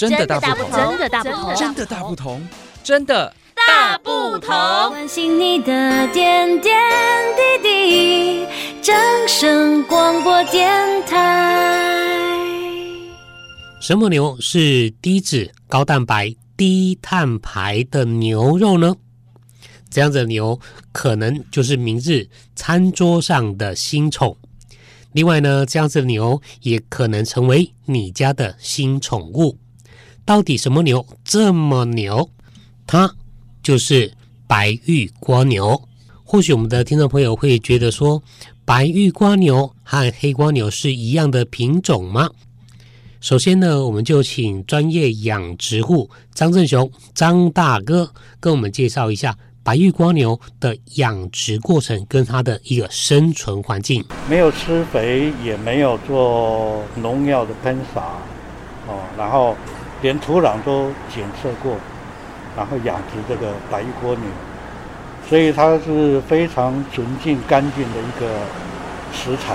真的大不同， 真的大不同， 真的大不同，真的大不同。 关心你的点点滴滴，掌声广播电台。 什么牛是低脂、高蛋白、低碳排的牛肉呢？这样子的牛可能就是明日餐桌上的新宠。另外呢，这样子的牛也可能成为你家的新宠物。到底什么牛这么牛？它就是白玉蝸牛。或许我们的听众朋友会觉得说，白玉蝸牛和黑蝸牛是一样的品种吗？首先呢，我们就请专业养殖户张正雄张大哥跟我们介绍一下白玉蝸牛的养殖过程跟它的一个生存环境。 没有施肥，也没有做农药的喷洒，然后连土壤都检测过，然后养殖这个白玉蝸牛，所以它是非常纯净干净的一个食材。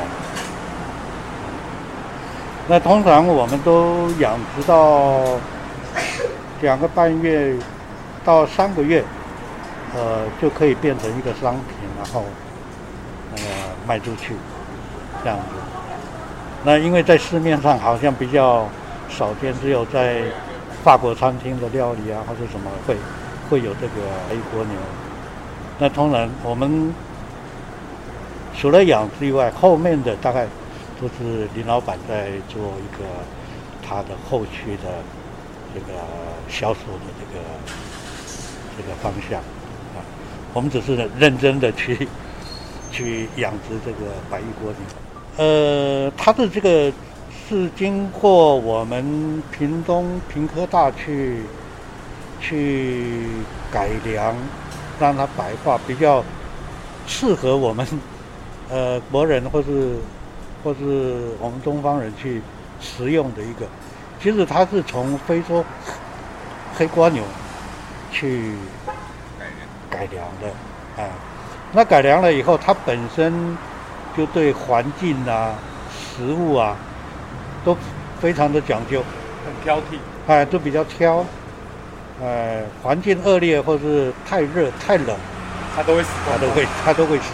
那通常我们都养殖到2个半月到3个月，就可以变成一个商品，然后卖出去，这样子。那因为在市面上好像比较少见，只有在法国餐厅的料理啊，或者什么会有这个白玉蝸牛。那通常我们除了养殖以外，后面的大概都是林老板在做一个他的后续的这个销售的这个方向啊。我们只是认真的去养殖这个白玉蝸牛。它的这个是经过我们屏东屏科大去改良，让它白化，比较适合我们国人或是我们东方人去食用的一个。其实它是从非洲黑蝸牛去改良的啊。那改良了以后，它本身就对环境啊、食物啊都非常的讲究， 很挑剔， 都比较挑。环境恶劣或是太热、太冷， 它都会死， 它都会死。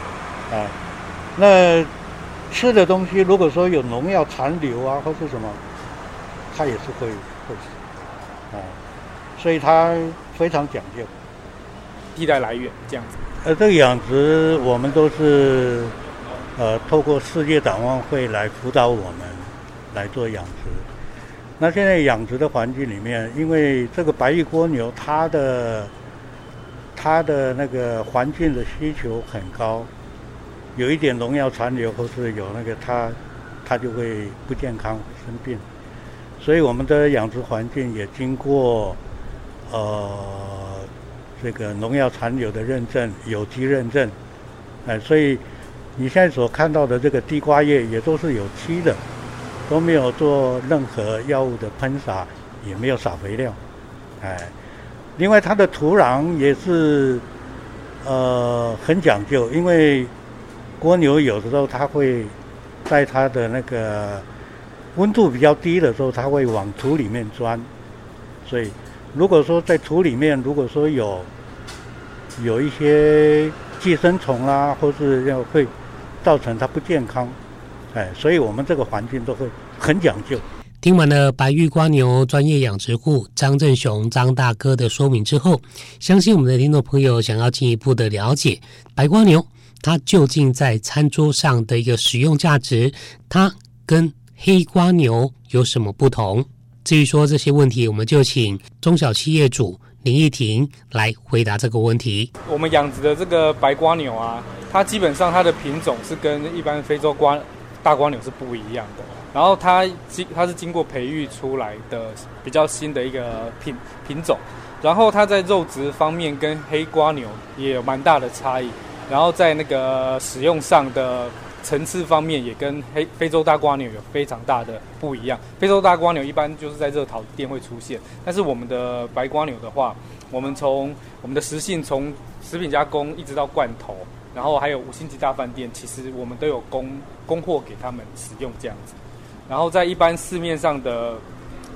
那吃的东西如果说有农药残留啊或是什么，它也是会死。所以它非常讲究。 替代来源这样子。 这个养殖我们都是透过世界展望会来辅导我们来做养殖。那现在养殖的环境里面，因为这个白玉蝸牛它的那个环境的需求很高，有一点农药残留或是有那个它就会不健康生病，所以我们的养殖环境也经过这个农药残留的认证、有机认证，所以你现在所看到的这个地瓜叶也都是有机的，都没有做任何药物的喷洒，也没有撒肥料，另外它的土壤也是很讲究，因为蝸牛有的时候它会在它的那个温度比较低的时候，它会往土里面钻，所以如果说在土里面，如果说有一些寄生虫啦，或是会造成它不健康，所以我们这个环境都会很讲究。 听完了白玉蝸牛专业养殖户张正雄张大哥的说明之后，相信我们的听众朋友想要进一步的了解白蝸牛它究竟在餐桌上的一个使用价值，它跟黑蝸牛有什么不同？至于说这些问题，我们就请中小企业主林义婷来回答这个问题。 我们养殖的这个白蝸牛啊，它基本上它的品种是跟一般非洲大蝸牛是不一样的，然后它是经过培育出来的比较新的一个品种，然后它在肉质方面跟黑蝸牛也有蛮大的差异，然后在那个使用上的层次方面也跟非洲大蝸牛有非常大的不一样。非洲大蝸牛一般就是在热炒店会出现，但是我们的白蝸牛的话，我们的食性从食品加工一直到罐头，然后还有5星级大饭店，其实我们都有供货给他们使用这样子。然后在一般市面上的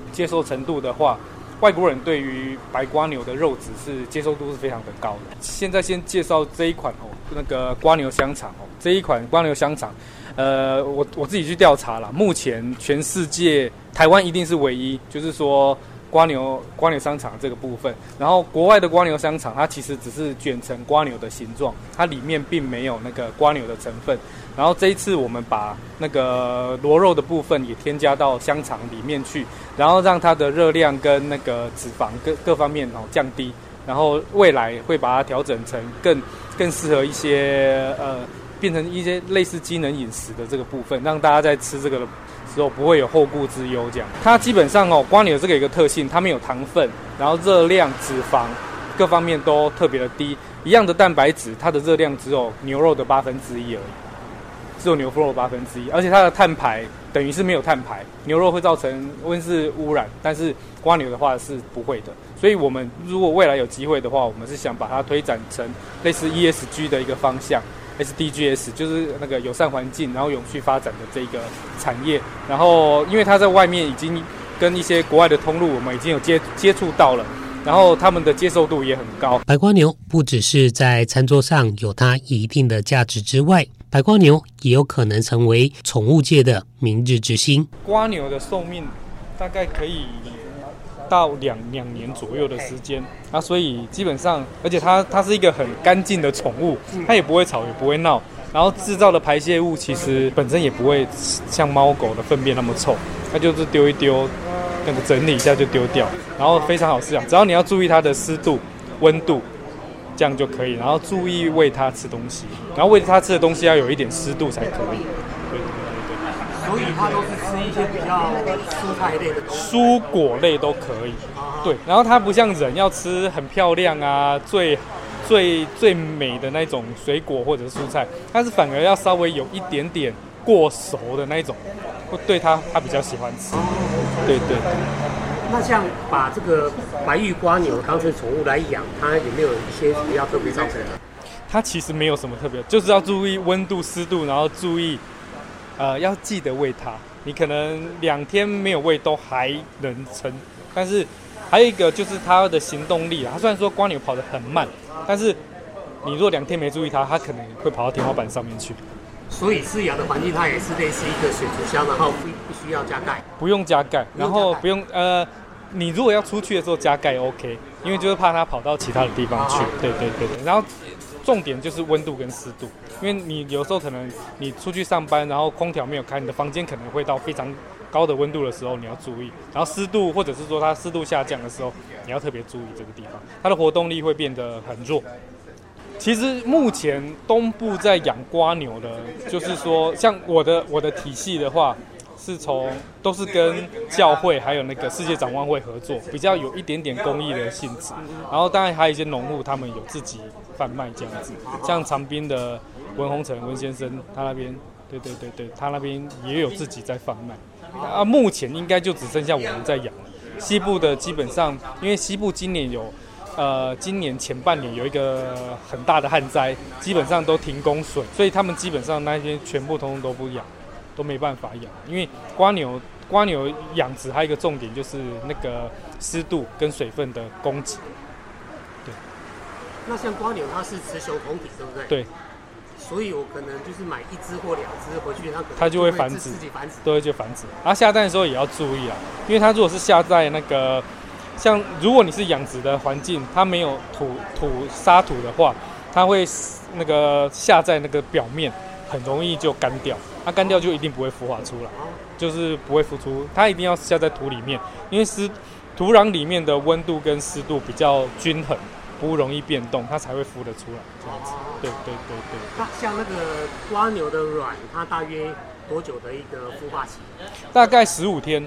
接受程度的话，外国人对于白瓜牛的肉质是接受度是非常的高的。现在先介绍这一款那个瓜牛香肠这一款瓜牛香肠，我自己去调查了，目前全世界台湾一定是唯一，就是说瓜牛香肠这个部分，然后国外的瓜牛香肠它其实只是卷成瓜牛的形状，它里面并没有那个瓜牛的成分。然后这一次我们把那个螺肉的部分也添加到香肠里面去，然后让它的热量跟那个脂肪各方面降低，然后未来会把它调整成更适合一些变成一些类似机能饮食的这个部分，让大家在吃这个的时候不会有后顾之忧。这样，它基本上瓜牛这个有一个特性，它没有糖分，然后热量、脂肪各方面都特别的低。一样的蛋白质，它的热量只有牛肉的1/8而已。只有牛肉1/8，而且它的碳排等于是没有碳排。牛肉会造成温室污染，但是瓜牛的话是不会的。所以我们如果未来有机会的话，我们是想把它推展成类似 ESG 的一个方向 ，SDGs 就是那个友善环境，然后永续发展的这个产业。然后因为它在外面已经跟一些国外的通路，我们已经有接触到了。然后他们的接受度也很高。 白瓜牛不只是在餐桌上有它一定的价值之外，白瓜牛也有可能成为宠物界的明日之星。 瓜牛的寿命大概可以到2年左右的时间，所以基本上，而且它是一个很干净的宠物，它也不会吵也不会闹，然后制造的排泄物其实本身也不会像猫狗的粪便那么臭，它就是丢一丢，那个整理一下就丢掉，然后非常好饲养，只要你要注意它的湿度、温度，这样就可以，然后注意喂它吃东西，然后喂它吃的东西要有一点湿度才可以。对。 所以它都是吃一些比较蔬菜类的东西， 蔬果类都可以。对，然后它不像人要吃很漂亮啊，最美的那种水果或者是蔬菜，它是反而要稍微有一点点过熟的那种，对它比较喜欢吃。对。 那像把这个白玉瓜牛当成宠物来养，它有没有一些比较特别照顾的？ 它其实没有什么特别，就是要注意温度、湿度，然后注意要记得喂它。你可能2天没有喂都还能撑，但是还有一个就是它的行动力它虽然说瓜牛跑得很慢，但是你如果2天没注意它可能会跑到天花板上面去。 所以饲养的环境它也是类似一个水族箱，然后不需要加盖， 不用加盖，然后不用你如果要出去的时候加盖 OK， 因为就是怕它跑到其他的地方去。对。然后重点就是温度跟湿度，因为你有时候可能你出去上班，然后空调没有开，你的房间可能会到非常高的温度的时候，你要注意。然后湿度或者是说它湿度下降的时候，你要特别注意这个地方，它的活动力会变得很弱。其实目前东部在养瓜牛的，就是说像我的体系的话，都是跟教会还有那个世界展望会合作，比较有一点点公益的性质。然后当然还有一些农户，他们有自己贩卖这样子，像长滨的文宏成文先生，他那边对，他那边也有自己在贩卖。目前应该就只剩下我们在养了。西部的基本上，因为西部今年前半年有一个很大的旱灾，基本上都停供水，所以他们基本上那边全部通通都不养，都没办法养。因为瓜牛养殖还有一个重点就是那个湿度跟水分的供给。对。 那像瓜牛它是雌雄同体，对不对？ 对。 所以我可能就是买1只或2只回去， 它就会繁殖， 自己繁殖， 都会就繁殖。然后下蛋的时候也要注意啊，因为它如果是下在那个。像如果你是养殖的环境，它没有沙土的话，它会那个下在那个表面，很容易就干掉。它干掉就一定不会孵化出来，就是不会孵出。它一定要下在土里面，因为土壤里面的温度跟湿度比较均衡，不容易变动，它才会孵得出来。这样子，对。 那像那个瓜牛的卵，它大约多久的一个孵化期？ 大概15天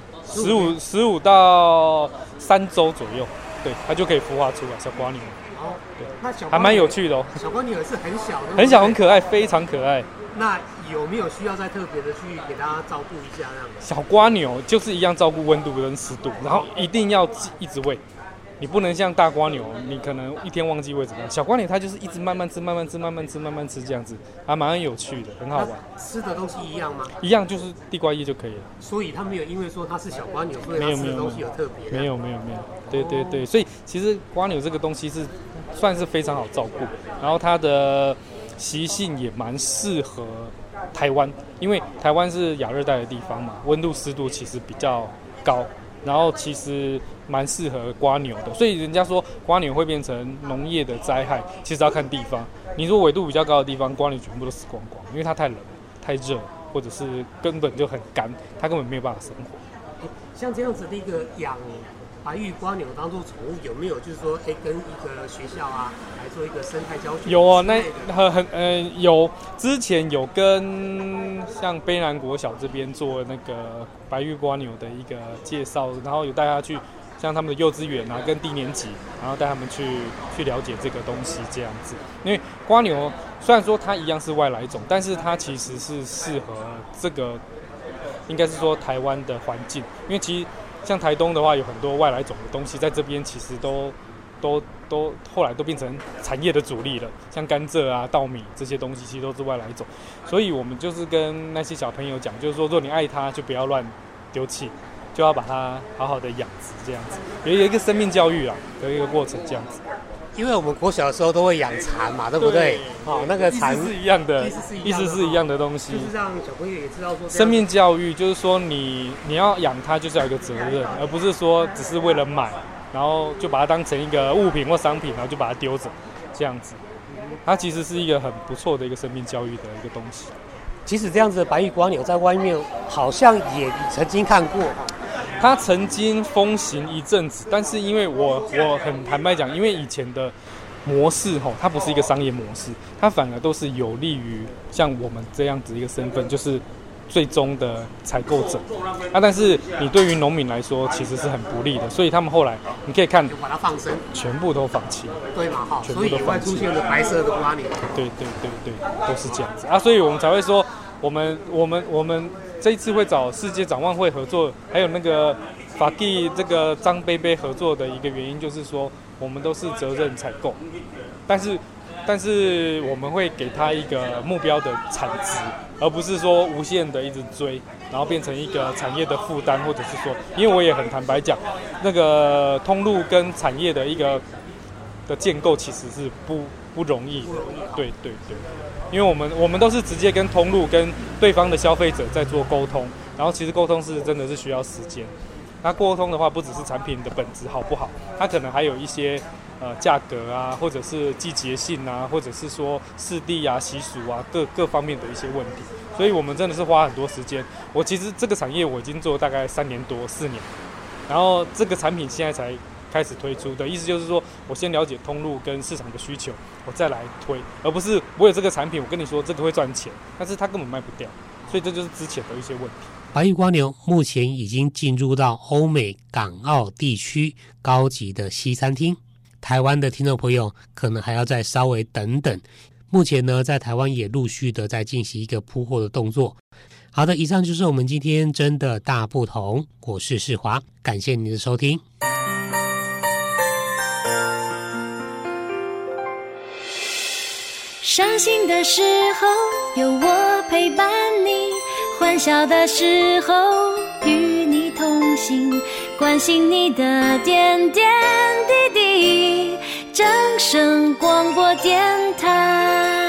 ，15到3周左右，对，它就可以孵化出来小瓜牛。对， 那小还蛮有趣的哦。 小瓜牛是很小的， 很小很可爱，非常可爱。 那有没有需要再特别的去给它照顾一下这样的？ 小瓜牛就是一样照顾温度跟湿度，然后一定要一直喂， 你不能像大蝸牛，你可能一天忘记会怎么样。小蝸牛它就是一直慢慢吃，慢慢吃，慢慢吃，慢慢吃这样子，还蛮有趣的，很好玩。 吃的东西一样吗？ 一样，就是地瓜叶就可以了。 所以它没有因为说它是小蝸牛，所以它吃的东西有特别。 没有，对对对，所以其实蝸牛这个东西是算是非常好照顾，然后它的习性也蛮适合台湾，因为台湾是亚热带的地方嘛，温度湿度其实比较高。然后其实蛮适合蝸牛的，所以人家说蝸牛会变成农业的灾害，其实要看地方。你说纬度比较高的地方，蝸牛全部都死光光，因为它太冷、太热，或者是根本就很干，它根本没有办法生活。 像这样子的一个养白玉蝸牛当做宠物，有没有就是说，跟一个学校啊来做一个生态教学？ 有啊，那有，之前有跟像卑南国小这边做那个白玉蝸牛的一个介绍，然后有带他去像他们的幼稚园啊，跟低年级，然后带他们去了解这个东西这样子。因为蝸牛虽然说它一样是外来种，但是它其实是适合这个，应该是说台湾的环境，因为其实。像台东的话，有很多外来种的东西，在这边其实都后来都变成产业的主力了。像甘蔗啊、稻米这些东西，其实都是外来种。所以我们就是跟那些小朋友讲，就是说，如果你爱它，就不要乱丢弃，就要把它好好的养殖，这样子，有一个生命教育啦的一个过程，这样子。 因为我们国小的时候都会养蚕嘛，对不对？那个蚕意思是一样的，意思是一样的东西。 就是让小朋友也知道说， 生命教育就是说你要养它，就是要有一个责任，而不是说只是为了买，然后就把它当成一个物品或商品，然后就把它丢着，这样子。它其实是一个很不错的一个生命教育的一个东西。 其实这样子的白玉蝸牛在外面好像也曾经看过。 它曾经风行一阵子，但是因为我很坦白讲，因为以前的模式它不是一个商业模式，它反而都是有利于像我们这样子一个身份，就是最终的采购者。但是你对于农民来说其实是很不利的，所以他们后来你可以看， 就把它放生， 全部都放弃， 对嘛所以也会出现了白色的蝸牛。 对，都是这样子所以我们才会说，我们这一次会找世界展望会合作，还有那个法蒂这个张贝贝合作的一个原因，就是说我们都是责任采购，但是我们会给他一个目标的产值，而不是说无限的一直追，然后变成一个产业的负担，或者是说，因为我也很坦白讲，那个通路跟产业的一个的建构其实是不容易的，对。因为我们都是直接跟通路跟对方的消费者在做沟通，然后其实沟通是真的是需要时间。那沟通的话，不只是产品的本质好不好，它可能还有一些价格啊，或者是季节性啊，或者是说市地啊、习俗啊各方面的一些问题。所以我们真的是花很多时间。我其实这个产业我已经做了大概3年多4年，然后这个产品现在才开始推出的意思就是说，我先了解通路跟市场的需求，我再来推，而不是我有这个产品，我跟你说这个会赚钱，但是它根本卖不掉，所以这就是之前的一些问题。 白玉蝸牛目前已经进入到欧美港澳地区高级的西餐厅，台湾的听众朋友可能还要再稍微等等。目前呢，在台湾也陆续的在进行一个铺货的动作。好的，以上就是我们今天真的大不同，我是世华，感谢您的收听。 伤心的时候有我陪伴你，欢笑的时候与你同行，关心你的点点滴滴。正声广播电台。